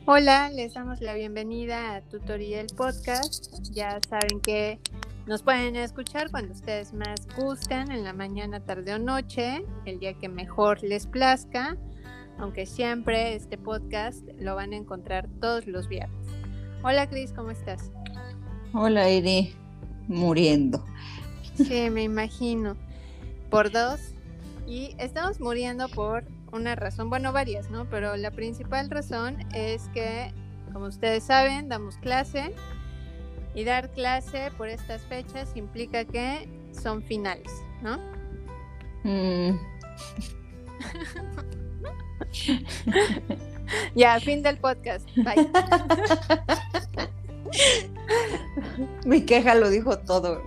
Hola, les damos la bienvenida a Tutorial Podcast. Ya saben que nos pueden escuchar cuando ustedes más gusten, en la mañana, tarde o noche, el día que mejor les plazca, aunque siempre este podcast lo van a encontrar todos los viernes. Hola Cris, ¿cómo estás? Hola Iri, muriendo. Sí, me imagino, por dos, y estamos muriendo por una razón, bueno, varias, ¿no? Pero la principal razón es que, como ustedes saben, damos clase y dar clase por estas fechas implica que son finales, ¿no? Ya, fin del podcast, bye. Mi queja lo dijo todo.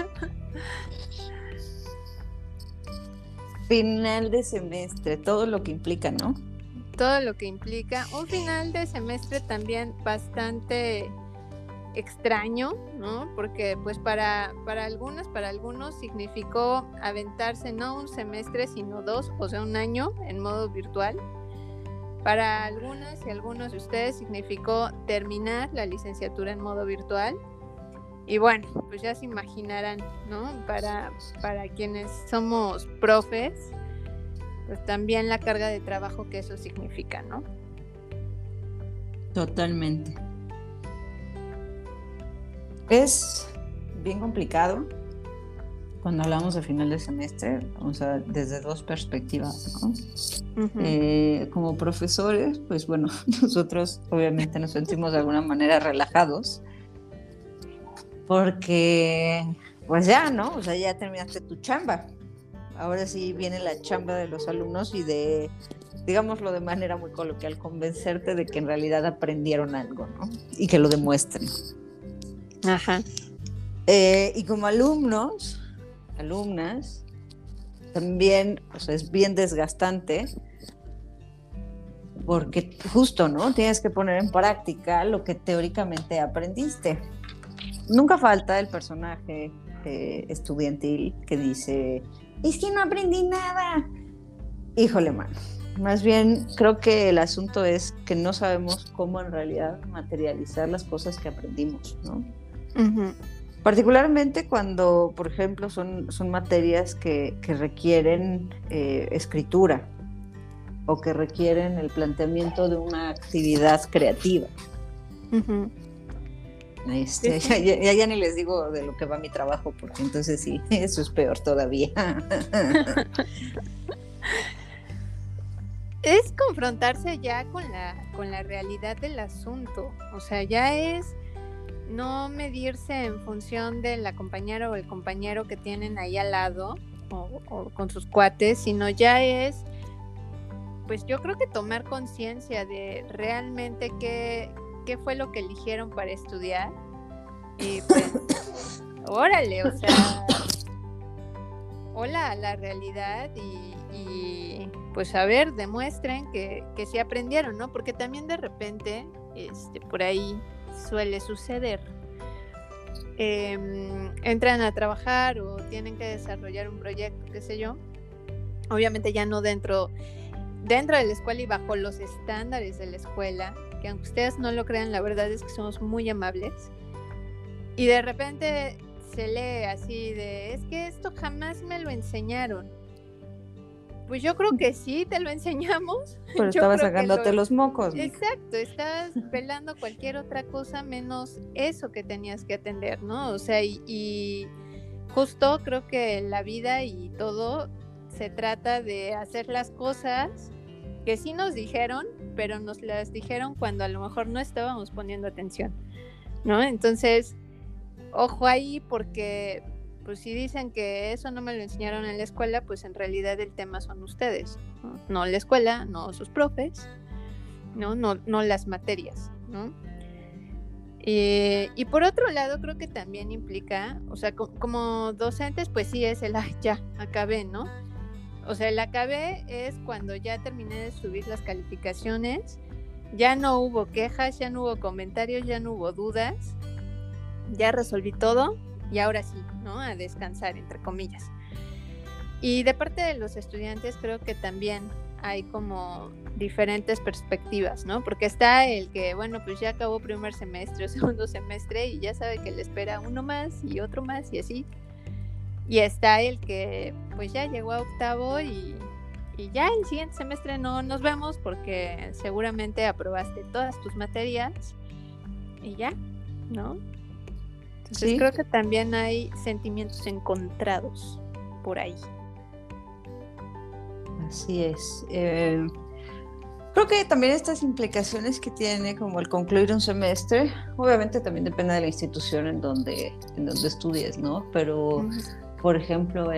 Final de semestre, todo lo que implica, ¿no? Todo lo que implica un final de semestre también bastante extraño, ¿no? Porque pues para algunos significó aventarse no un semestre sino dos, o sea, un año en modo virtual. Para algunas y algunos de ustedes significó terminar la licenciatura en modo virtual. Y bueno, pues ya se imaginarán, ¿no? Para quienes somos profes, pues también la carga de trabajo que eso significa, ¿no? Totalmente. Es bien complicado cuando hablamos de final de semestre, o sea, desde dos perspectivas, ¿no? Uh-huh. Como profesores, pues bueno, nosotros obviamente nos sentimos de alguna manera relajados, porque pues ya, ¿no? O sea, ya terminaste tu chamba. Ahora sí viene la chamba de los alumnos y de, digámoslo de manera muy coloquial, convencerte de que en realidad aprendieron algo, ¿no? Y que lo demuestren. Ajá. Y como alumnas, también, o sea, es bien desgastante porque justo, ¿no? Tienes que poner en práctica lo que teóricamente aprendiste. Nunca falta el personaje estudiantil que dice, es que no aprendí nada. Híjole, mano. Más bien creo que el asunto es que no sabemos cómo en realidad materializar las cosas que aprendimos, ¿no? Uh-huh. Particularmente cuando, por ejemplo, son materias que requieren escritura o que requieren el planteamiento de una actividad creativa. Uh-huh. Ya ni les digo de lo que va mi trabajo, porque entonces sí, eso es peor todavía. Es confrontarse ya con la realidad del asunto, o sea, ya es no medirse en función de la compañera o el compañero que tienen ahí al lado o con sus cuates, sino ya es, pues yo creo que tomar conciencia de realmente qué fue lo que eligieron para estudiar y pues, órale, o sea, hola a la realidad y pues a ver, demuestren que sí aprendieron, ¿no? Porque también de repente, por ahí suele suceder. Entran a trabajar o tienen que desarrollar un proyecto, qué sé yo, obviamente ya no dentro de la escuela y bajo los estándares de la escuela, que aunque ustedes no lo crean, la verdad es que somos muy amables, y de repente se lee así de, es que esto jamás me lo enseñaron. Pues yo creo que sí, te lo enseñamos. Pero estabas sacándote los mocos. Exacto, estabas pelando cualquier otra cosa menos eso que tenías que atender, ¿no? O sea, y justo creo que la vida y todo se trata de hacer las cosas que sí nos dijeron, pero nos las dijeron cuando a lo mejor no estábamos poniendo atención, ¿no? Entonces, ojo ahí porque pues si dicen que eso no me lo enseñaron en la escuela, pues en realidad el tema son ustedes, no la escuela, no sus profes, no las materias, ¿no? Y por otro lado creo que también implica, o sea, como docentes, pues sí es el, ya, acabé, ¿no? O sea, el acabé es cuando ya terminé de subir las calificaciones, ya no hubo quejas, ya no hubo comentarios, ya no hubo dudas, ya resolví todo y ahora sí, ¿no? A descansar, entre comillas. Y de parte de los estudiantes creo que también hay como diferentes perspectivas, ¿no? Porque está el que, bueno, pues ya acabó primer semestre o segundo semestre y ya sabe que le espera uno más y otro más y así. Y está el que pues ya llegó a octavo y ya el siguiente semestre no nos vemos porque seguramente aprobaste todas tus materias y ya, ¿no? Entonces Sí. creo que también hay sentimientos encontrados por ahí. Así es. Creo que también estas implicaciones que tiene como el concluir un semestre, obviamente también depende de la institución en donde estudies, ¿no? Pero, por ejemplo,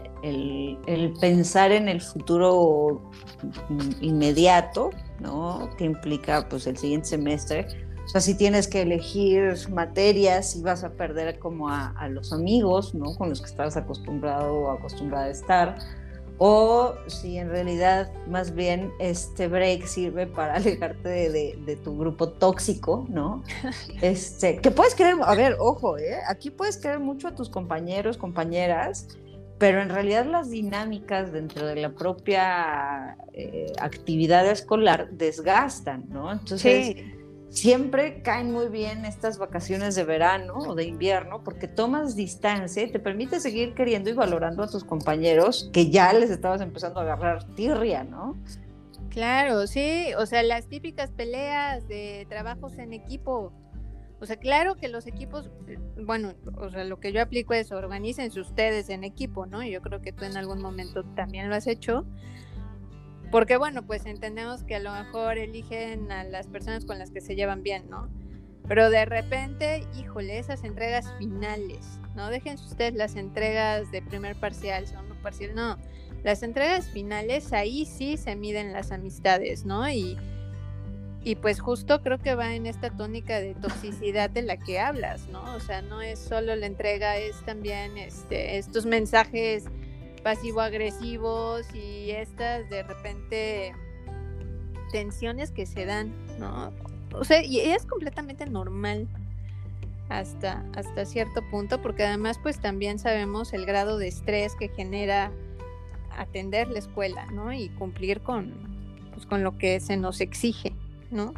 el pensar en el futuro inmediato, ¿no? Que implica pues el siguiente semestre. O sea, si tienes que elegir materias y vas a perder como a los amigos, ¿no? Con los que estás acostumbrado o acostumbrada a estar. O si en realidad más bien este break sirve para alejarte de tu grupo tóxico, ¿no? Que puedes querer, a ver, ojo, aquí puedes querer mucho a tus compañeros, compañeras, pero en realidad las dinámicas dentro de la propia actividad escolar desgastan, ¿no? Entonces, sí. Siempre caen muy bien estas vacaciones de verano o de invierno porque tomas distancia y te permite seguir queriendo y valorando a tus compañeros que ya les estabas empezando a agarrar tirria, ¿no? Claro, sí, o sea, las típicas peleas de trabajos en equipo. O sea, claro que los equipos, bueno, o sea, lo que yo aplico es organícense ustedes en equipo, ¿no? Yo creo que tú en algún momento también lo has hecho. Porque bueno, pues entendemos que a lo mejor eligen a las personas con las que se llevan bien, ¿no? Pero de repente, híjole, esas entregas finales, ¿no? Déjense ustedes las entregas de primer parcial, segundo parcial, no. Las entregas finales, ahí sí se miden las amistades, ¿no? Y pues justo creo que va en esta tónica de toxicidad de la que hablas, ¿no? O sea, no es solo la entrega, es también estos mensajes pasivo-agresivos y estas de repente tensiones que se dan, ¿no? O sea, y es completamente normal hasta cierto punto, porque además pues también sabemos el grado de estrés que genera atender la escuela, ¿no? Y cumplir con lo que se nos exige, ¿no?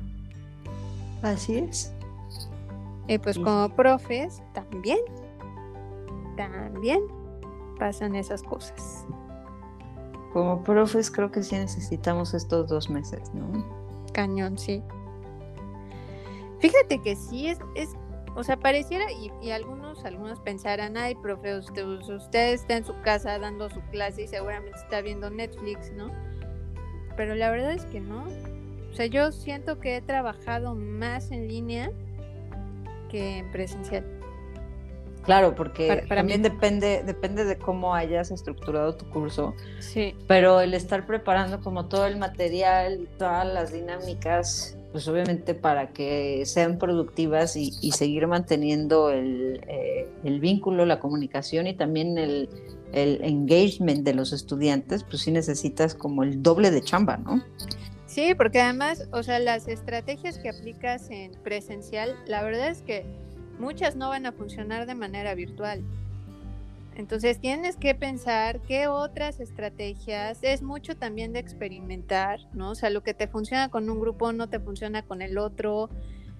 Así es. Y pues como profes también pasan esas cosas. Como profes creo que sí necesitamos estos 2 meses, ¿no? Cañón, sí. Fíjate que sí es o sea, pareciera y algunos pensarán, ay, profe, usted está en su casa dando su clase y seguramente está viendo Netflix, ¿no? Pero la verdad es que no. O sea, yo siento que he trabajado más en línea que en presencial. Claro, porque para también mí. depende de cómo hayas estructurado tu curso. Sí. Pero el estar preparando como todo el material y todas las dinámicas, pues obviamente para que sean productivas y seguir manteniendo el vínculo, la comunicación y también el engagement de los estudiantes, pues sí necesitas como el doble de chamba, ¿no? Sí, porque además, o sea, las estrategias que aplicas en presencial, la verdad es que muchas no van a funcionar de manera virtual. Entonces tienes que pensar qué otras estrategias, es mucho también de experimentar, ¿no? O sea, lo que te funciona con un grupo no te funciona con el otro.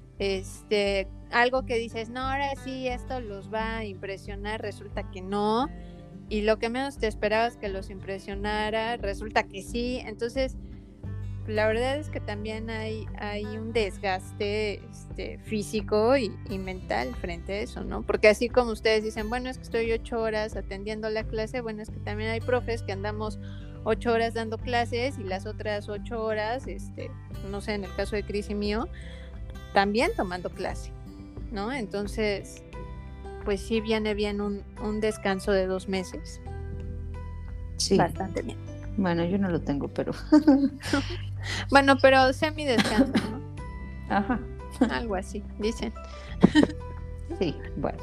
Algo que dices, no, ahora sí, esto los va a impresionar, resulta que no. Y lo que menos te esperabas que los impresionara, resulta que sí. Entonces, la verdad es que también hay un desgaste físico y mental frente a eso, ¿no? Porque así como ustedes dicen, bueno, es que estoy 8 horas atendiendo la clase, bueno, es que también hay profes que andamos 8 horas dando clases y las otras 8 horas, no sé, en el caso de Cris y mío, también tomando clase, ¿no? Entonces, pues sí viene bien un descanso de 2 meses. Sí. Bastante bien. Bueno, yo no lo tengo, pero... Bueno, pero semi-descanso, ¿no? Ajá. Algo así, dicen. Sí, bueno.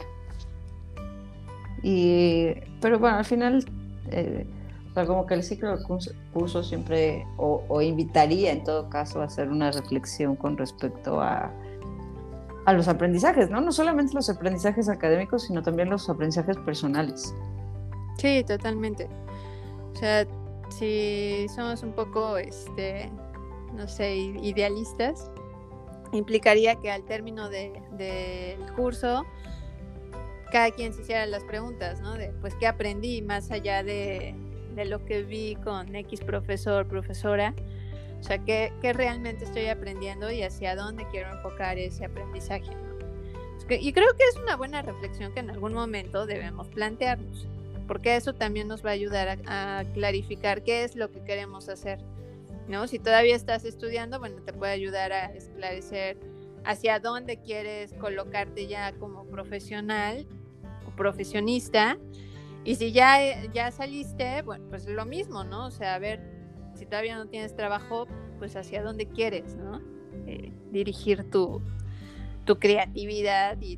Pero bueno, al final, o sea, como que el ciclo de curso siempre, o invitaría en todo caso a hacer una reflexión con respecto a los aprendizajes, ¿no? No solamente los aprendizajes académicos, sino también los aprendizajes personales. Sí, totalmente. O sea, si somos un poco, no sé, idealistas, implicaría que al término del curso cada quien se hiciera las preguntas, ¿no? De, pues, ¿qué aprendí más allá de lo que vi con X profesor, profesora? O sea, ¿qué realmente estoy aprendiendo y hacia dónde quiero enfocar ese aprendizaje, ¿no? Y creo que es una buena reflexión que en algún momento debemos plantearnos, porque eso también nos va a ayudar a clarificar qué es lo que queremos hacer, ¿no? Si todavía estás estudiando, bueno, te puede ayudar a esclarecer hacia dónde quieres colocarte ya como profesional o profesionista, y si ya saliste, bueno, pues lo mismo, ¿no? O sea, a ver, si todavía no tienes trabajo, pues hacia dónde quieres, ¿no? Dirigir tu creatividad y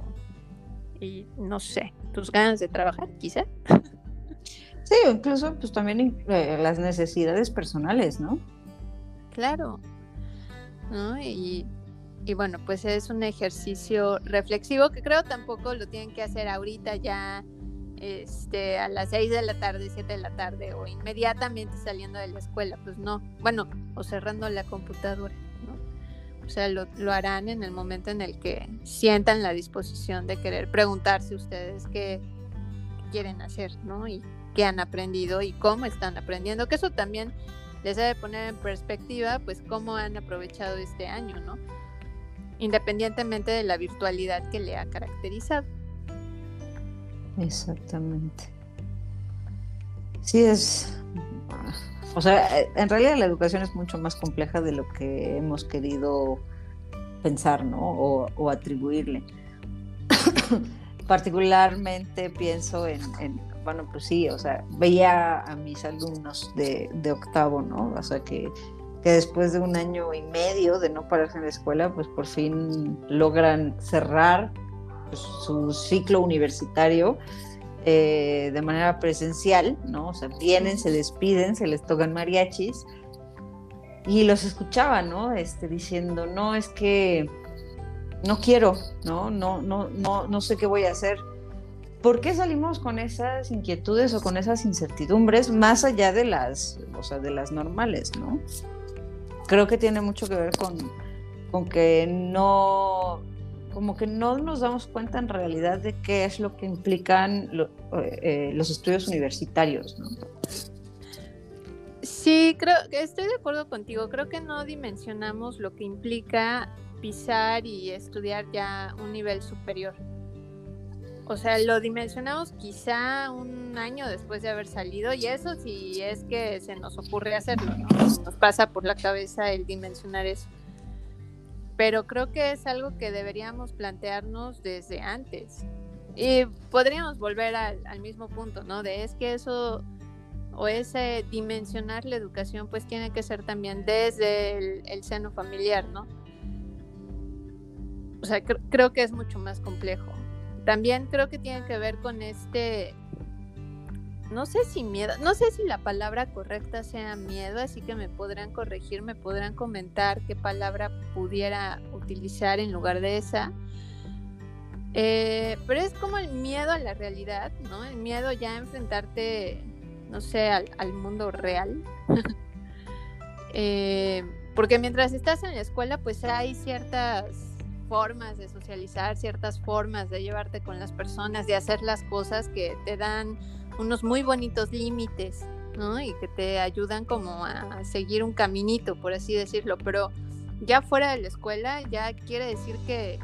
no sé, tus ganas de trabajar, quizá. Sí, incluso pues también las necesidades personales, ¿no? Claro, ¿no? Y bueno, pues es un ejercicio reflexivo que creo tampoco lo tienen que hacer ahorita ya, a las 6 de la tarde, 7 de la tarde, o inmediatamente saliendo de la escuela, pues no, bueno, o cerrando la computadora, ¿no? O sea, lo harán en el momento en el que sientan la disposición de querer preguntarse ustedes qué quieren hacer, ¿no? Y qué han aprendido y cómo están aprendiendo, que eso también les debe poner en perspectiva, pues, cómo han aprovechado este año, ¿no? Independientemente de la virtualidad que le ha caracterizado. Exactamente. Sí, o sea, en realidad la educación es mucho más compleja de lo que hemos querido pensar, ¿no? O atribuirle. Particularmente pienso bueno, pues sí, o sea, veía a mis alumnos de octavo, ¿no? O sea, que después de 1 año y medio de no pararse en la escuela, pues por fin logran cerrar pues, su ciclo universitario de manera presencial, ¿no? O sea, vienen, se despiden, se les tocan mariachis y los escuchaba, ¿no? Diciendo, no, es que no quiero, no sé qué voy a hacer. ¿Por qué salimos con esas inquietudes o con esas incertidumbres más allá de las normales, ¿no? Creo que tiene mucho que ver con que como que no nos damos cuenta en realidad de qué es lo que implican los estudios universitarios, ¿no? Sí, creo que estoy de acuerdo contigo. Creo que no dimensionamos lo que implica pisar y estudiar ya un nivel superior. O sea, lo dimensionamos quizá 1 año después de haber salido, y eso sí es que se nos ocurre hacerlo, ¿no? Nos pasa por la cabeza el dimensionar eso. Pero creo que es algo que deberíamos plantearnos desde antes. Y podríamos volver al mismo punto, ¿no? De es que eso, o ese dimensionar la educación, pues tiene que ser también desde el seno familiar, ¿no? O sea, creo que es mucho más complejo. También creo que tiene que ver con no sé si miedo, no sé si la palabra correcta sea miedo, así que me podrán corregir, me podrán comentar qué palabra pudiera utilizar en lugar de esa. Pero es como el miedo a la realidad, ¿no? El miedo ya a enfrentarte, no sé, al mundo real. Porque mientras estás en la escuela, pues hay ciertas formas de socializar, ciertas formas de llevarte con las personas, de hacer las cosas que te dan unos muy bonitos límites, ¿no? Y que te ayudan como a seguir un caminito, por así decirlo. Pero ya fuera de la escuela ya quiere decir que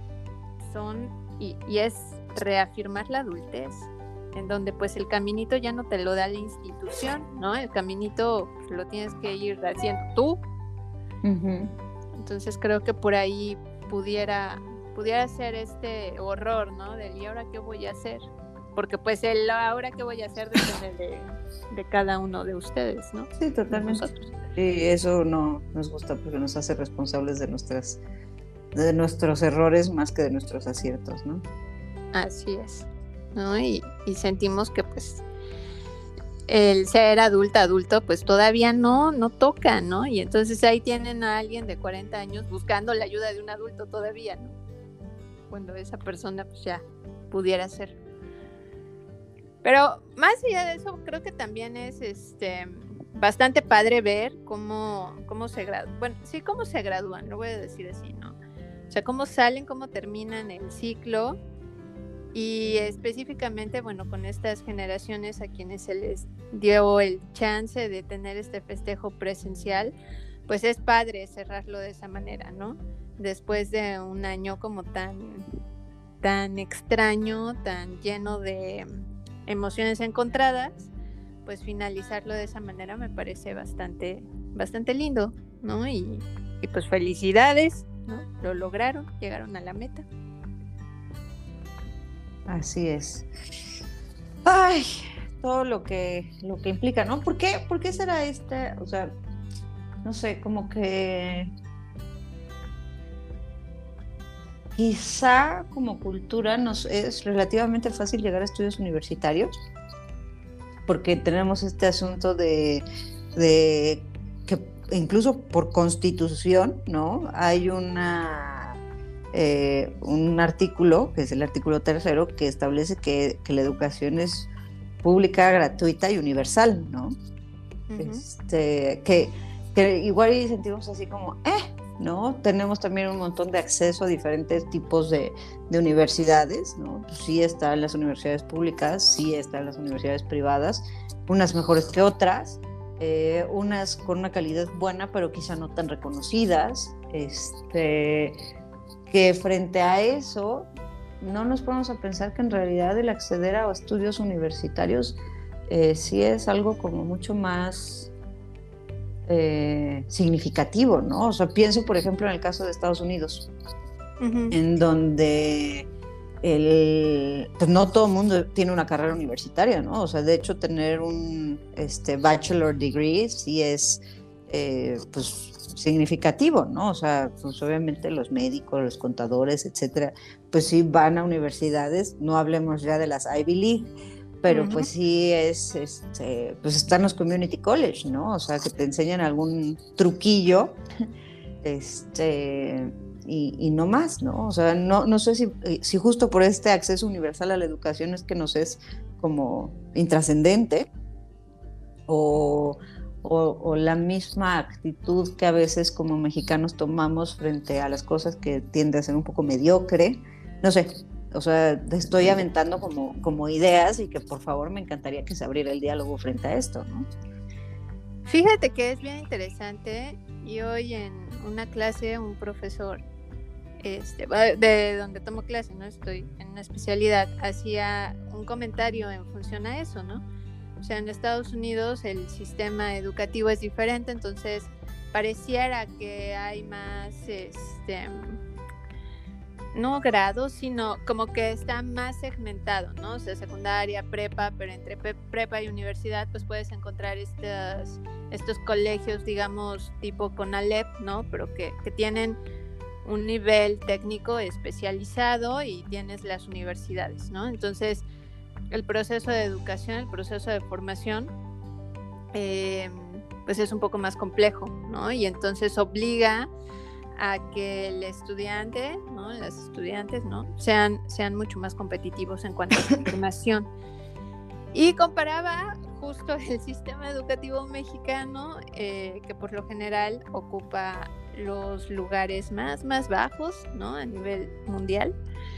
y es reafirmar la adultez, en donde pues el caminito ya no te lo da la institución, ¿no? El caminito pues, lo tienes que ir haciendo tú. Uh-huh. Entonces creo que por ahí pudiera ser este horror, ¿no? Del ¿y ahora qué voy a hacer? Porque pues el ahora qué voy a hacer depende de cada uno de ustedes, ¿no? Sí, totalmente. Y eso no nos gusta porque nos hace responsables de nuestros errores más que de nuestros aciertos, ¿no? Así es, ¿no? Y sentimos que pues el ser adulto pues todavía no toca, ¿no? Y entonces ahí tienen a alguien de 40 años buscando la ayuda de un adulto todavía, ¿no? Cuando esa persona pues ya pudiera ser. Pero más allá de eso, creo que también es bastante padre ver cómo se gradúan. Bueno, sí, cómo se gradúan, lo voy a decir así, ¿no? O sea, cómo salen, cómo terminan el ciclo. Y específicamente, bueno, con estas generaciones a quienes se les dio el chance de tener este festejo presencial, pues es padre cerrarlo de esa manera, ¿no? Después de un año como tan extraño, tan lleno de emociones encontradas, pues finalizarlo de esa manera me parece bastante lindo, ¿no? Y pues felicidades, ¿no? Lo lograron, llegaron a la meta. Así es. Ay, todo lo que implica, ¿no? ¿Por qué será o sea, no sé, como que quizá como cultura nos es relativamente fácil llegar a estudios universitarios, porque tenemos este asunto de que incluso por constitución, ¿no? Hay un artículo, que es el artículo 3, que establece que la educación es pública, gratuita y universal, ¿no? Uh-huh. Que igual sentimos así como, ¿no? Tenemos también un montón de acceso a diferentes tipos de universidades, ¿no? Pues sí están las universidades públicas, sí están las universidades privadas, unas mejores que otras, unas con una calidad buena, pero quizá no tan reconocidas, que frente a eso no nos ponemos a pensar que en realidad el acceder a estudios universitarios sí es algo como mucho más significativo, ¿no? O sea, pienso por ejemplo en el caso de Estados Unidos, uh-huh, en donde pues no todo el mundo tiene una carrera universitaria, ¿no? O sea, de hecho tener un bachelor degree sí es pues significativo, ¿no? O sea, pues obviamente los médicos, los contadores, etcétera, pues sí van a universidades, no hablemos ya de las Ivy League, pero uh-huh, pues sí pues están los community college, ¿no? O sea, que te enseñan algún truquillo, y no más, ¿no? O sea, no sé si justo por este acceso universal a la educación es que nos es como intrascendente, o la misma actitud que a veces como mexicanos tomamos frente a las cosas que tiende a ser un poco mediocre, no sé, o sea, estoy aventando como ideas y que por favor me encantaría que se abriera el diálogo frente a esto, ¿no? Fíjate que es bien interesante, y hoy en una clase un profesor de donde tomo clase, no estoy en una especialidad, hacía un comentario en función a eso, ¿no? O sea, en Estados Unidos el sistema educativo es diferente, entonces pareciera que hay más, no grados, sino como que está más segmentado, ¿no? O sea, secundaria, prepa, pero entre prepa y universidad pues puedes encontrar estos colegios, digamos, tipo CONALEP, ¿no? Pero que tienen un nivel técnico especializado, y tienes las universidades, ¿no? Entonces el proceso de educación, el proceso de formación, pues es un poco más complejo, ¿no? Y entonces obliga a que el estudiante, ¿no? Las estudiantes, ¿no? sean mucho más competitivos en cuanto a su formación. Y comparaba justo el sistema educativo mexicano, que por lo general ocupa los lugares más bajos, ¿no? A nivel mundial.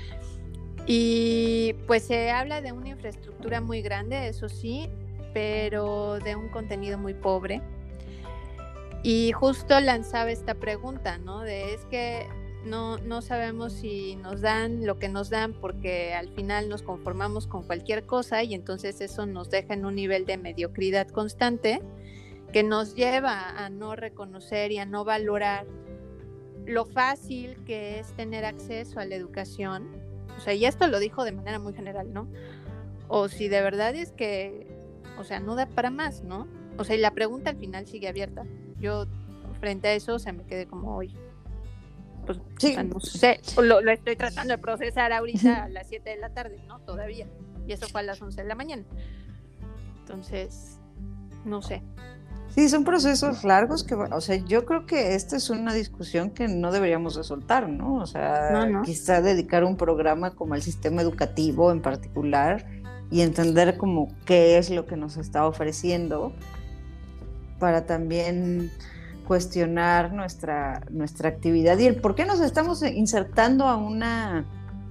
Y pues se habla de una infraestructura muy grande, eso sí, pero de un contenido muy pobre. Y justo lanzaba esta pregunta, ¿no? Es que no sabemos si nos dan lo que nos dan, porque al final nos conformamos con cualquier cosa, y entonces eso nos deja en un nivel de mediocridad constante que nos lleva a no reconocer y a no valorar lo fácil que es tener acceso a la educación. O sea, y esto lo dijo de manera muy general, ¿no? O si de verdad es que, o sea, no da para más, ¿no? O sea, y la pregunta al final sigue abierta. Yo, frente a eso, o sea, me quedé como, oye, pues, sí, o sea, no sé, lo estoy tratando de procesar ahorita a las 7 de la tarde, ¿no? Todavía. Y eso fue a las 11 de la mañana. Entonces, no sé. Sí, son procesos largos que, o sea, yo creo que esta es una discusión que no deberíamos de soltar, ¿no? O sea, quizá dedicar un programa como al sistema educativo en particular, y entender como qué es lo que nos está ofreciendo para también cuestionar nuestra actividad y el por qué nos estamos insertando a una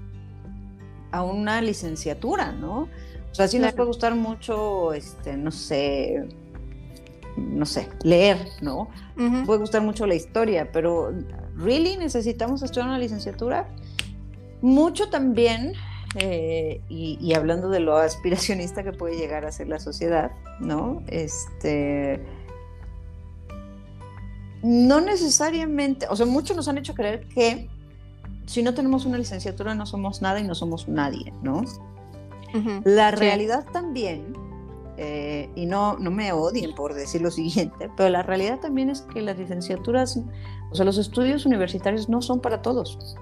licenciatura, ¿no? O sea, sí nos puede gustar mucho, no sé, leer, ¿no? Uh-huh. Puede gustar mucho la historia, pero ¿really necesitamos estudiar una licenciatura? Mucho también, y hablando de lo aspiracionista que puede llegar a ser la sociedad, ¿no? No necesariamente, o sea, muchos nos han hecho creer que si no tenemos una licenciatura no somos nada y no somos nadie, ¿no? Uh-huh. La realidad también, y no me odien por decir lo siguiente, pero la realidad también es que las licenciaturas, o sea, los estudios universitarios no son para todos.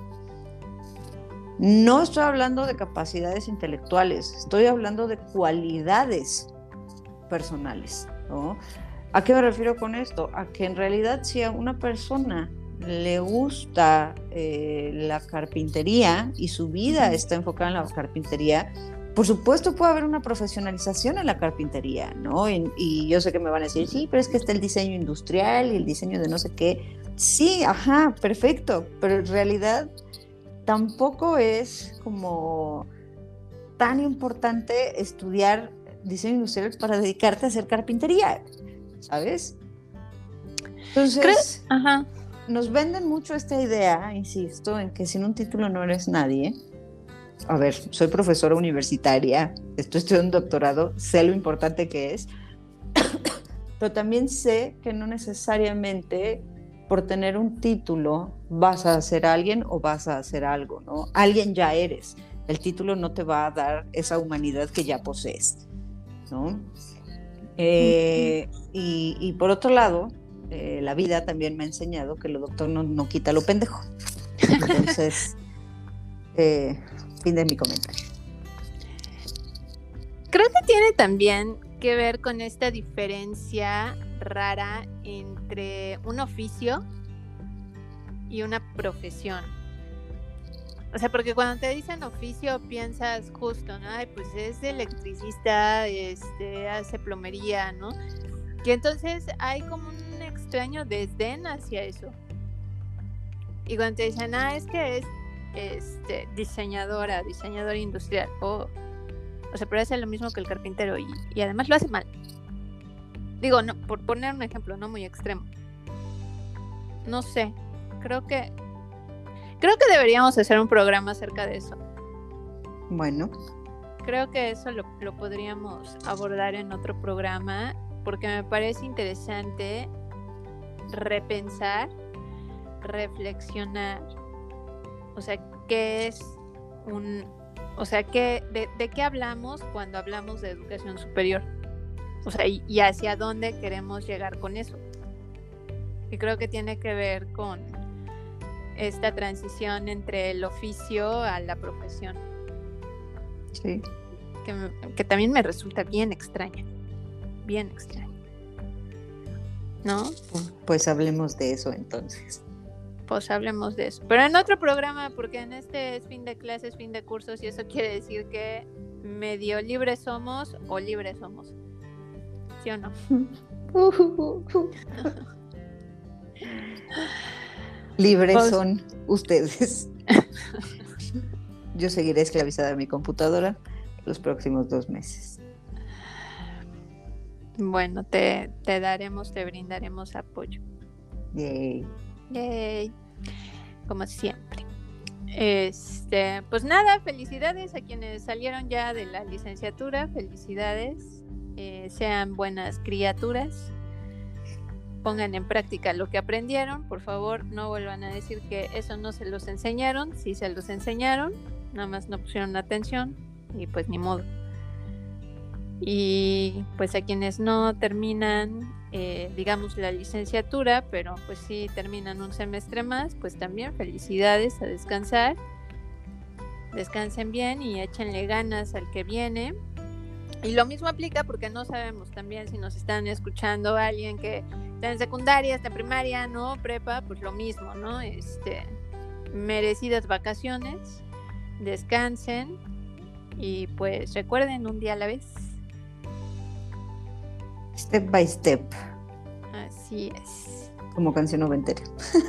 No estoy hablando de capacidades intelectuales, estoy hablando de cualidades personales, ¿no? ¿A qué me refiero con esto? A que en realidad si a una persona le gusta la carpintería y su vida está enfocada en la carpintería, por supuesto puede haber una profesionalización en la carpintería, ¿no? Y yo sé que me van a decir, sí, pero es que está el diseño industrial y el diseño de no sé qué. Sí, ajá, perfecto, pero en realidad tampoco es como tan importante estudiar diseño industrial para dedicarte a hacer carpintería, ¿sabes? Entonces, ajá, nos venden mucho esta idea, insisto, en que sin un título no eres nadie. A ver, soy profesora universitaria, estoy estudiando un doctorado, sé lo importante que es, pero también sé que no necesariamente por tener un título vas a ser alguien o vas a hacer algo, ¿no? Alguien ya eres. El título no te va a dar esa humanidad que ya posees, ¿no? Y por otro lado, la vida también me ha enseñado que lo doctor no quita lo pendejo. Entonces, fin de mi comentario. Creo que tiene también que ver con esta diferencia rara entre un oficio y una profesión. O sea, porque cuando te dicen oficio piensas justo, ¿no? Ay, pues es electricista, hace plomería, ¿no? Que entonces hay como un extraño desdén hacia eso. Y cuando te dicen, es que es diseñador industrial, o sea, pero hace lo mismo que el carpintero y además lo hace mal. Digo, no, por poner un ejemplo, no muy extremo. No sé, creo que deberíamos hacer un programa acerca de eso. Bueno. Creo que eso lo podríamos abordar en otro programa, porque me parece interesante repensar, reflexionar, o sea, qué es o sea, de qué hablamos cuando hablamos de educación superior, o sea, y hacia dónde queremos llegar con eso. Y creo que tiene que ver con esta transición entre el oficio a la profesión. Sí. Que también me resulta bien extraña. ¿No? Pues hablemos de eso entonces. Pues hablemos de eso. Pero en otro programa, porque en este es fin de clases, fin de cursos, y eso quiere decir que medio libres somos o libres somos. ¿Sí o no? Libres son ustedes. Yo seguiré esclavizada en mi computadora los próximos 2 meses. Bueno, te brindaremos apoyo. Yay. Como siempre. Pues nada, felicidades a quienes salieron ya de la licenciatura, felicidades, sean buenas criaturas, pongan en práctica lo que aprendieron, por favor, no vuelvan a decir que eso no se los enseñaron, sí se los enseñaron, nada más no pusieron atención y pues ni modo. Y pues a quienes no terminan, digamos, la licenciatura, pero pues sí terminan un semestre más, pues también felicidades, a descansar, descansen bien y échenle ganas al que viene. Y lo mismo aplica porque no sabemos también si nos están escuchando alguien que está en secundaria, está en primaria, ¿no? Prepa, pues lo mismo, ¿no? Merecidas vacaciones, descansen Y pues recuerden, un día a la vez. Step by step. Así es. Como canción noventera.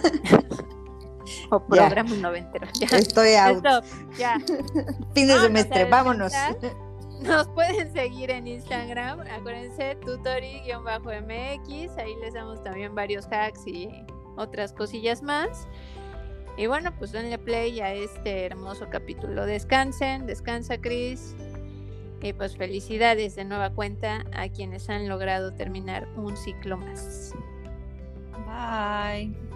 O programa noventero. Ya. Estoy out. Stop, ya. Fin de semestre, vámonos. Nos pueden seguir en Instagram, acuérdense, tutori-mx, ahí les damos también varios hacks y otras cosillas más. Y bueno, pues denle play a este hermoso capítulo. Descansen, descansa Cris. Y pues felicidades de nueva cuenta a quienes han logrado terminar un ciclo más. Bye.